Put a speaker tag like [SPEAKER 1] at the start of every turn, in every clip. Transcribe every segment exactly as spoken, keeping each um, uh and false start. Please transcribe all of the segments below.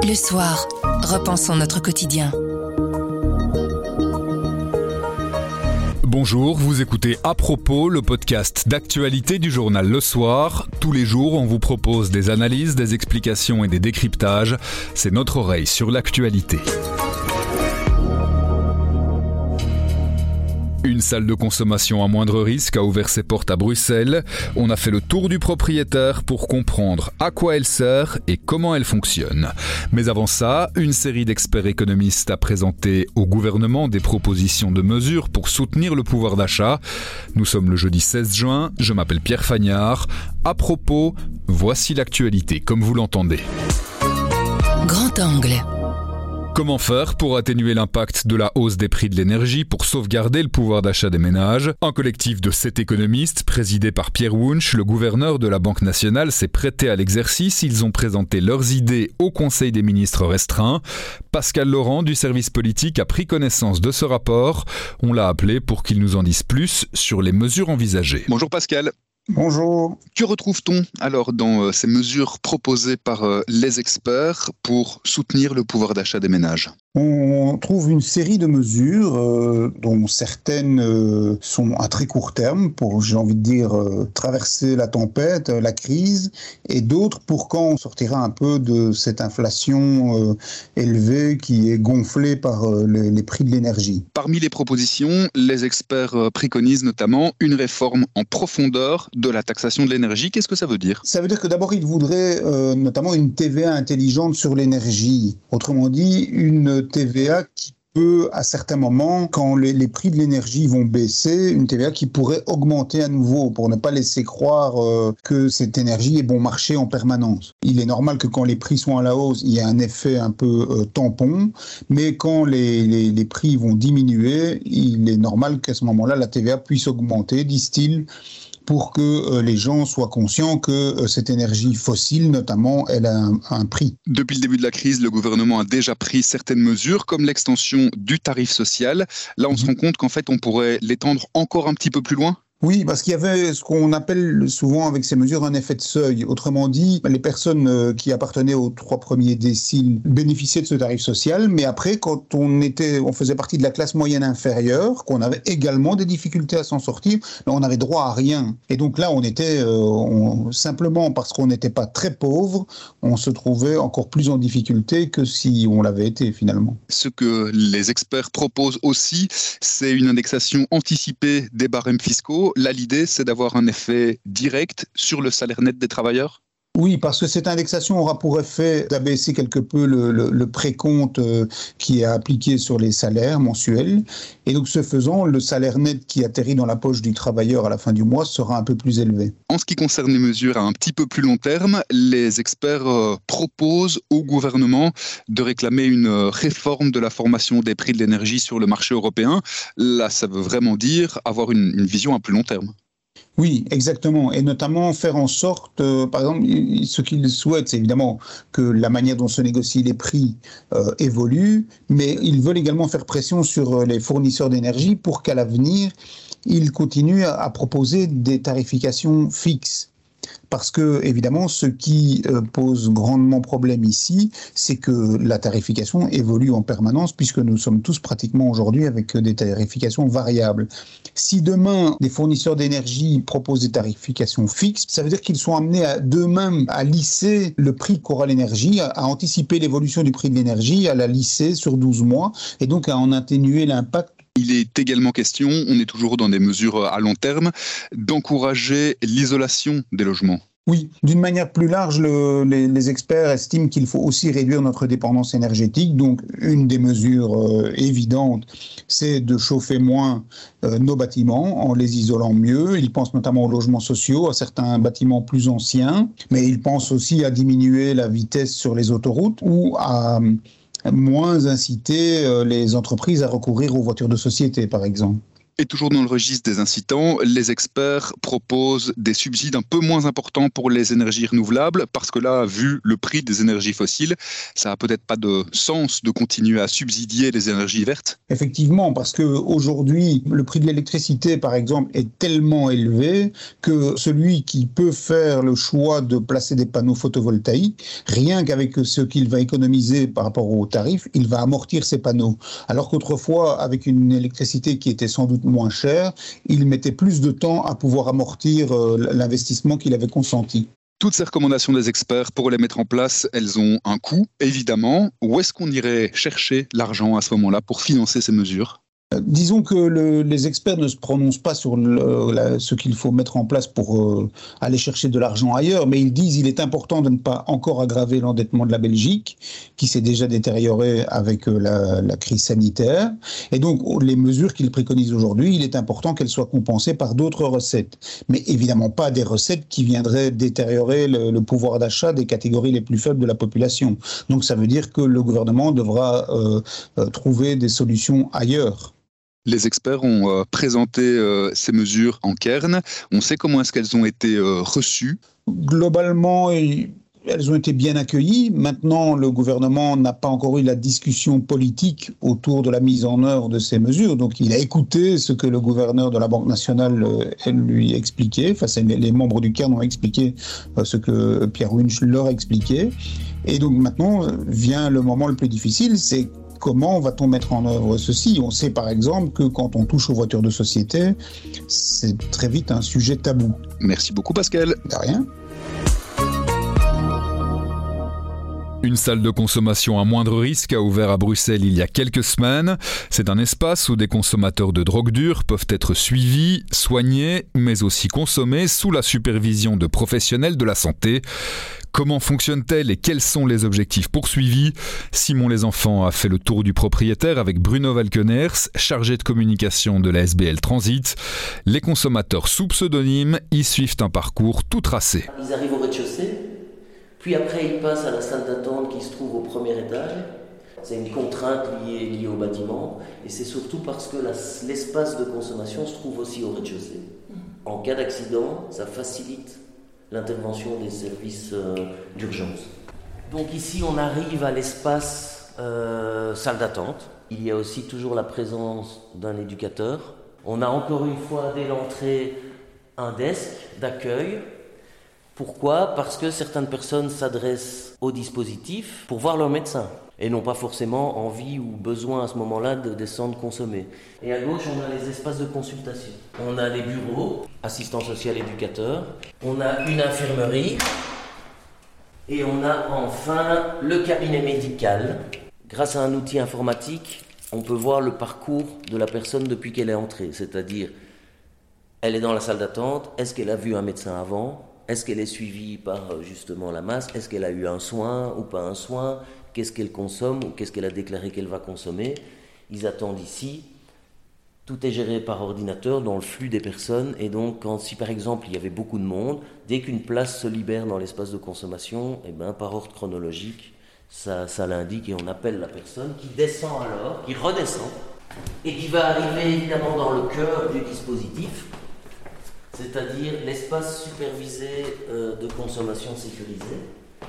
[SPEAKER 1] Le soir, repensons notre quotidien.
[SPEAKER 2] Bonjour, vous écoutez À propos, le podcast d'actualité du journal Le Soir. Tous les jours, on vous propose des analyses, des explications et des décryptages. C'est notre oreille sur l'actualité. Une salle de consommation à moindre risque a ouvert ses portes à Bruxelles. On a fait le tour du propriétaire pour comprendre à quoi elle sert et comment elle fonctionne. Mais avant ça, une série d'experts économistes a présenté au gouvernement des propositions de mesures pour soutenir le pouvoir d'achat. Nous sommes le jeudi seize juin, je m'appelle Pierre Fagnard. À propos, voici l'actualité comme vous l'entendez.
[SPEAKER 1] Grand angle.
[SPEAKER 2] Comment faire pour atténuer l'impact de la hausse des prix de l'énergie pour sauvegarder le pouvoir d'achat des ménages ? Un collectif de sept économistes, présidé par Pierre Wunsch, le gouverneur de la Banque nationale, s'est prêté à l'exercice. Ils ont présenté leurs idées au Conseil des ministres restreint. Pascal Laurent du service politique a pris connaissance de ce rapport. On l'a appelé pour qu'il nous en dise plus sur les mesures envisagées.
[SPEAKER 3] Bonjour Pascal.
[SPEAKER 4] Bonjour.
[SPEAKER 3] Que retrouve-t-on alors dans euh, ces mesures proposées par euh, les experts pour soutenir le pouvoir d'achat des ménages ?
[SPEAKER 4] On trouve une série de mesures euh, dont certaines euh, sont à très court terme pour, j'ai envie de dire, euh, traverser la tempête, euh, la crise, et d'autres pour quand on sortira un peu de cette inflation euh, élevée qui est gonflée par euh, les, les prix de l'énergie.
[SPEAKER 3] Parmi les propositions, les experts euh, préconisent notamment une réforme en profondeur de la taxation de l'énergie. Qu'est-ce que ça veut dire ?
[SPEAKER 4] Ça veut dire que d'abord, ils voudraient euh, notamment une T V A intelligente sur l'énergie. Autrement dit, une T V A qui peut, à certains moments, quand les, les prix de l'énergie vont baisser, une T V A qui pourrait augmenter à nouveau pour ne pas laisser croire euh, que cette énergie est bon marché en permanence. Il est normal que quand les prix sont à la hausse, il y ait un effet un peu euh, tampon, mais quand les, les, les prix vont diminuer, il est normal qu'à ce moment-là, la T V A puisse augmenter, disent-ils, pour que euh, les gens soient conscients que euh, cette énergie fossile, notamment, elle a un, un prix.
[SPEAKER 3] Depuis le début de la crise, le gouvernement a déjà pris certaines mesures, comme l'extension du tarif social. Là, on mmh. se rend compte qu'en fait, on pourrait l'étendre encore un petit peu plus loin ?
[SPEAKER 4] Oui, parce qu'il y avait ce qu'on appelle souvent avec ces mesures un effet de seuil. Autrement dit, les personnes qui appartenaient aux trois premiers déciles bénéficiaient de ce tarif social, mais après, quand on était, on faisait partie de la classe moyenne inférieure, qu'on avait également des difficultés à s'en sortir, on n'avait droit à rien. Et donc là, on était euh, on, simplement parce qu'on n'était pas très pauvre, on se trouvait encore plus en difficulté que si on l'avait été finalement.
[SPEAKER 3] Ce que les experts proposent aussi, c'est une indexation anticipée des barèmes fiscaux. Là, l'idée, c'est d'avoir un effet direct sur le salaire net des travailleurs ?
[SPEAKER 4] Oui, parce que cette indexation aura pour effet d'abaisser quelque peu le, le, le précompte euh, qui est appliqué sur les salaires mensuels. Et donc, ce faisant, le salaire net qui atterrit dans la poche du travailleur à la fin du mois sera un peu plus élevé.
[SPEAKER 3] En ce qui concerne les mesures à un petit peu plus long terme, les experts euh, proposent au gouvernement de réclamer une réforme de la formation des prix de l'énergie sur le marché européen. Là, ça veut vraiment dire avoir une, une vision à plus long terme.
[SPEAKER 4] Oui, exactement. Et notamment faire en sorte, euh, par exemple, ce qu'ils souhaitent, c'est évidemment que la manière dont se négocient les prix euh, évolue, mais ils veulent également faire pression sur les fournisseurs d'énergie pour qu'à l'avenir, ils continuent à, à proposer des tarifications fixes. Parce que, évidemment, ce qui euh, pose grandement problème ici, c'est que la tarification évolue en permanence, puisque nous sommes tous pratiquement aujourd'hui avec des tarifications variables. Si demain, des fournisseurs d'énergie proposent des tarifications fixes, ça veut dire qu'ils sont amenés à, d'eux-mêmes à lisser le prix qu'aura l'énergie, à, à anticiper l'évolution du prix de l'énergie, à la lisser sur douze mois, et donc à en atténuer l'impact.
[SPEAKER 3] Il est également question, on est toujours dans des mesures à long terme, d'encourager l'isolation des logements.
[SPEAKER 4] Oui, d'une manière plus large, le, les, les experts estiment qu'il faut aussi réduire notre dépendance énergétique. Donc, une des mesures euh, évidentes, c'est de chauffer moins euh, nos bâtiments en les isolant mieux. Ils pensent notamment aux logements sociaux, à certains bâtiments plus anciens, mais ils pensent aussi à diminuer la vitesse sur les autoroutes ou à moins inciter les entreprises à recourir aux voitures de société, par exemple.
[SPEAKER 3] Et toujours dans le registre des incitants, les experts proposent des subsides un peu moins importants pour les énergies renouvelables parce que là, vu le prix des énergies fossiles, ça n'a peut-être pas de sens de continuer à subsidier les énergies vertes.
[SPEAKER 4] Effectivement, parce qu'aujourd'hui, le prix de l'électricité, par exemple, est tellement élevé que celui qui peut faire le choix de placer des panneaux photovoltaïques, rien qu'avec ce qu'il va économiser par rapport aux tarifs, il va amortir ses panneaux. Alors qu'autrefois, avec une électricité qui était sans doute moins cher, il mettait plus de temps à pouvoir amortir euh, l'investissement qu'il avait consenti.
[SPEAKER 3] Toutes ces recommandations des experts, pour les mettre en place, elles ont un coût, évidemment. Où est-ce qu'on irait chercher l'argent à ce moment-là pour financer ces mesures ?
[SPEAKER 4] Disons que le, les experts ne se prononcent pas sur le, la, ce qu'il faut mettre en place pour euh, aller chercher de l'argent ailleurs, mais ils disent qu'il est important de ne pas encore aggraver l'endettement de la Belgique, qui s'est déjà détérioré avec euh, la, la crise sanitaire. Et donc, les mesures qu'ils préconisent aujourd'hui, il est important qu'elles soient compensées par d'autres recettes. Mais évidemment pas des recettes qui viendraient détériorer le, le pouvoir d'achat des catégories les plus faibles de la population. Donc, ça veut dire que le gouvernement devra euh, euh, trouver des solutions ailleurs.
[SPEAKER 3] Les experts ont euh, présenté euh, ces mesures en Cairn. On sait comment est-ce qu'elles ont été euh, reçues ?
[SPEAKER 4] Globalement, elles ont été bien accueillies. Maintenant, le gouvernement n'a pas encore eu la discussion politique autour de la mise en œuvre de ces mesures. Donc, il a écouté ce que le gouverneur de la Banque nationale euh, lui expliquait. Enfin, les, les membres du Cairn ont expliqué euh, ce que Pierre Wunsch leur a expliqué. Et donc, maintenant, vient le moment le plus difficile, c'est comment va-t-on mettre en œuvre ceci ? On sait par exemple que quand on touche aux voitures de société, c'est très vite un sujet tabou.
[SPEAKER 3] Merci beaucoup Pascal.
[SPEAKER 4] De rien.
[SPEAKER 2] Une salle de consommation à moindre risque a ouvert à Bruxelles il y a quelques semaines. C'est un espace où des consommateurs de drogue dure peuvent être suivis, soignés, mais aussi consommés sous la supervision de professionnels de la santé. Comment fonctionne-t-elle et quels sont les objectifs poursuivis ? Simon Lesenfants a fait le tour du propriétaire avec Bruno Valkeners, chargé de communication de la S B L Transit. Les consommateurs sous pseudonyme y suivent un parcours tout tracé.
[SPEAKER 5] Ils arrivent au rez-de-chaussée, puis après ils passent à la salle d'attente qui se trouve au premier étage. C'est une contrainte liée, liée au bâtiment et c'est surtout parce que la, l'espace de consommation se trouve aussi au rez-de-chaussée. En cas d'accident, ça facilite l'intervention des services euh, d'urgence. Donc ici, on arrive à l'espace euh, salle d'attente. Il y a aussi toujours la présence d'un éducateur. On a encore une fois, dès l'entrée, un desk d'accueil. Pourquoi ? Parce que certaines personnes s'adressent au dispositif pour voir leur médecin et n'ont pas forcément envie ou besoin à ce moment-là de descendre consommer. Et à gauche, on a les espaces de consultation. On a les bureaux, assistant social éducateur, on a une infirmerie et on a enfin le cabinet médical. Grâce à un outil informatique, on peut voir le parcours de la personne depuis qu'elle est entrée, c'est-à-dire elle est dans la salle d'attente, est-ce qu'elle a vu un médecin avant ? Est-ce qu'elle est suivie par justement la masse ? Est-ce qu'elle a eu un soin ou pas un soin ? Qu'est-ce qu'elle consomme ou qu'est-ce qu'elle a déclaré qu'elle va consommer ? Ils attendent ici. Tout est géré par ordinateur dans le flux des personnes. Et donc, quand, si par exemple il y avait beaucoup de monde, dès qu'une place se libère dans l'espace de consommation, eh ben, par ordre chronologique, ça, ça l'indique et on appelle la personne qui descend alors, qui redescend et qui va arriver évidemment dans le cœur du dispositif. C'est-à-dire l'espace supervisé euh, de consommation sécurisée.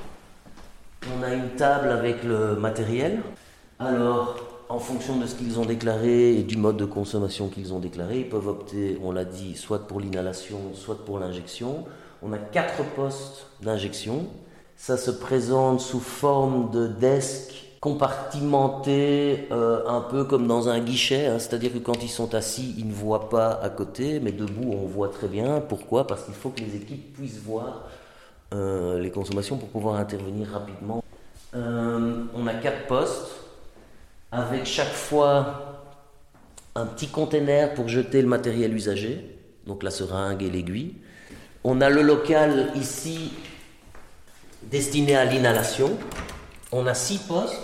[SPEAKER 5] On a une table avec le matériel. Alors, en fonction de ce qu'ils ont déclaré et du mode de consommation qu'ils ont déclaré, ils peuvent opter, on l'a dit, soit pour l'inhalation, soit pour l'injection. On a quatre postes d'injection. Ça se présente sous forme de desk compartimentés, euh, un peu comme dans un guichet, hein, c'est-à-dire que quand ils sont assis, ils ne voient pas à côté, mais debout, on voit très bien. Pourquoi ? Parce qu'il faut que les équipes puissent voir euh, les consommations pour pouvoir intervenir rapidement. Euh, on a quatre postes, avec chaque fois un petit container pour jeter le matériel usagé, donc la seringue et l'aiguille. On a le local ici destiné à l'inhalation. On a six postes,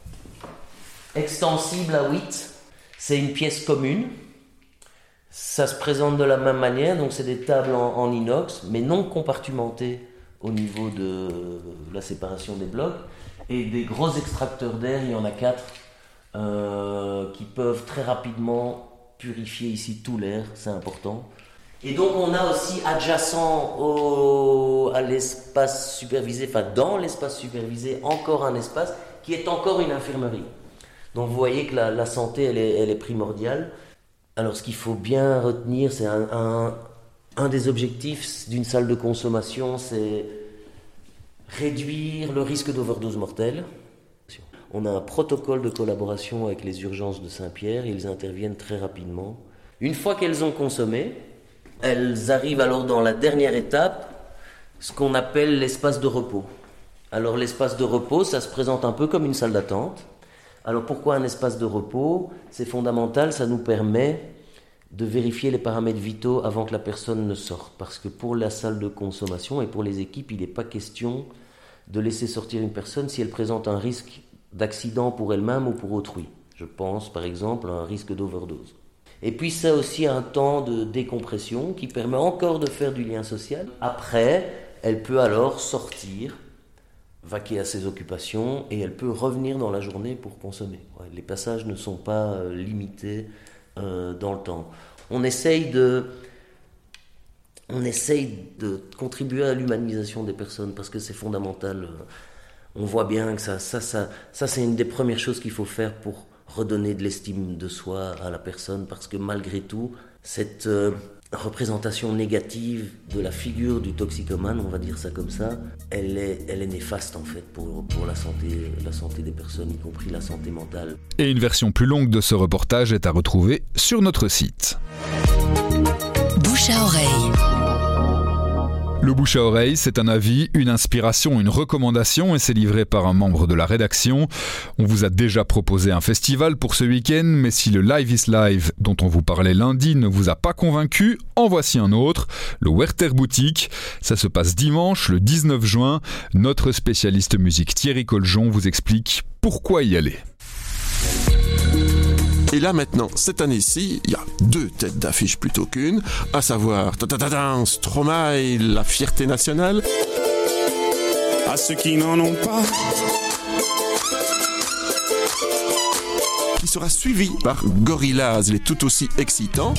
[SPEAKER 5] extensibles à huit. C'est une pièce commune. Ça se présente de la même manière, donc c'est des tables en, en inox, mais non compartimentées au niveau de la séparation des blocs. Et des gros extracteurs d'air, il y en a quatre, euh, qui peuvent très rapidement purifier ici tout l'air, c'est important. Et donc on a aussi adjacent au, à l'espace supervisé, enfin dans l'espace supervisé, encore un espace qui est encore une infirmerie. Donc vous voyez que la, la santé, elle est, elle est primordiale. Alors ce qu'il faut bien retenir, c'est un, un, un des objectifs d'une salle de consommation, c'est réduire le risque d'overdose mortelle. On a un protocole de collaboration avec les urgences de Saint-Pierre, ils interviennent très rapidement. Une fois qu'elles ont consommé, elles arrivent alors dans la dernière étape, ce qu'on appelle l'espace de repos. Alors l'espace de repos, ça se présente un peu comme une salle d'attente. Alors pourquoi un espace de repos ? C'est fondamental, ça nous permet de vérifier les paramètres vitaux avant que la personne ne sorte. Parce que pour la salle de consommation et pour les équipes, il n'est pas question de laisser sortir une personne si elle présente un risque d'accident pour elle-même ou pour autrui. Je pense par exemple à un risque d'overdose. Et puis ça aussi un temps de décompression qui permet encore de faire du lien social. Après, elle peut alors sortir, vaquer à ses occupations et elle peut revenir dans la journée pour consommer. Ouais, les passages ne sont pas euh, limités euh, dans le temps. On essaye de, on essaye de contribuer à l'humanisation des personnes parce que c'est fondamental. On voit bien que ça, ça, ça, ça c'est une des premières choses qu'il faut faire pour redonner de l'estime de soi à la personne, parce que malgré tout, cette euh, représentation négative de la figure du toxicomane, on va dire ça comme ça, elle est, elle est néfaste en fait pour, pour la santé, la santé des personnes, y compris la santé mentale.
[SPEAKER 2] Et une version plus longue de ce reportage est à retrouver sur notre site.
[SPEAKER 1] Bouche à oreille.
[SPEAKER 2] Le bouche à oreille, c'est un avis, une inspiration, une recommandation et c'est livré par un membre de la rédaction. On vous a déjà proposé un festival pour ce week-end, mais si le Live is Live dont on vous parlait lundi ne vous a pas convaincu, en voici un autre, le Werther Boutique. Ça se passe dimanche, le dix-neuf juin. Notre spécialiste musique Thierry Coljon vous explique pourquoi y aller.
[SPEAKER 6] Et là maintenant, cette année-ci, il y a deux têtes d'affiche plutôt qu'une, à savoir Stromae, la fierté nationale.
[SPEAKER 7] À ceux qui n'en ont pas.
[SPEAKER 6] Qui sera suivi par Gorillaz, les tout aussi excitants.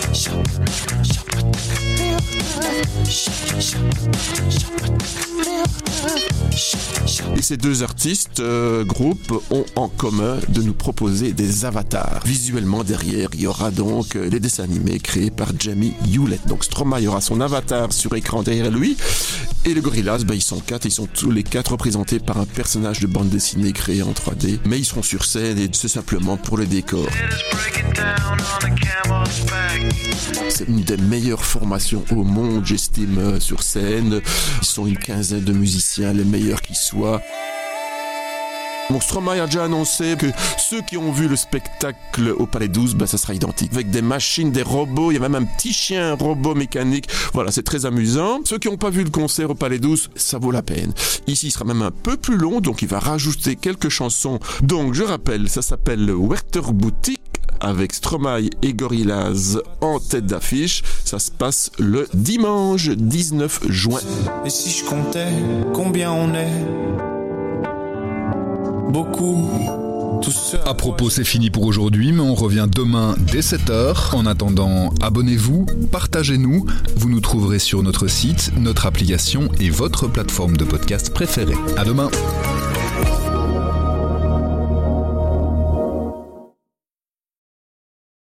[SPEAKER 6] Et ces deux artistes, euh, groupes, ont en commun de nous proposer des avatars. Visuellement, derrière, il y aura donc les dessins animés créés par Jamie Hewlett. Donc Stromae aura son avatar sur écran derrière lui. Et les Gorillaz, ben, ils sont quatre, ils sont tous les quatre représentés par un personnage de bande dessinée créé en trois D. Mais ils seront sur scène et c'est simplement pour le décor. C'est une des meilleures formations au monde, j'estime, sur scène. Ils sont une quinzaine de musiciens, les meilleurs qui soient. Bon, Stromae a déjà annoncé que ceux qui ont vu le spectacle au Palais douze, ben, ça sera identique. Avec des machines, des robots, il y a même un petit chien robot mécanique. Voilà, c'est très amusant. Ceux qui n'ont pas vu le concert au Palais douze, ça vaut la peine. Ici, il sera même un peu plus long, donc il va rajouter quelques chansons. Donc, je rappelle, ça s'appelle le Werther Boutique, avec Stromae et Gorillaz en tête d'affiche. Ça se passe le dimanche dix-neuf juin.
[SPEAKER 7] Et si je comptais combien on est? Beaucoup.
[SPEAKER 2] À propos, c'est fini pour aujourd'hui, mais on revient demain dès sept heures. En attendant, abonnez-vous, partagez-nous. Vous nous trouverez sur notre site, notre application et votre plateforme de podcast préférée. À demain.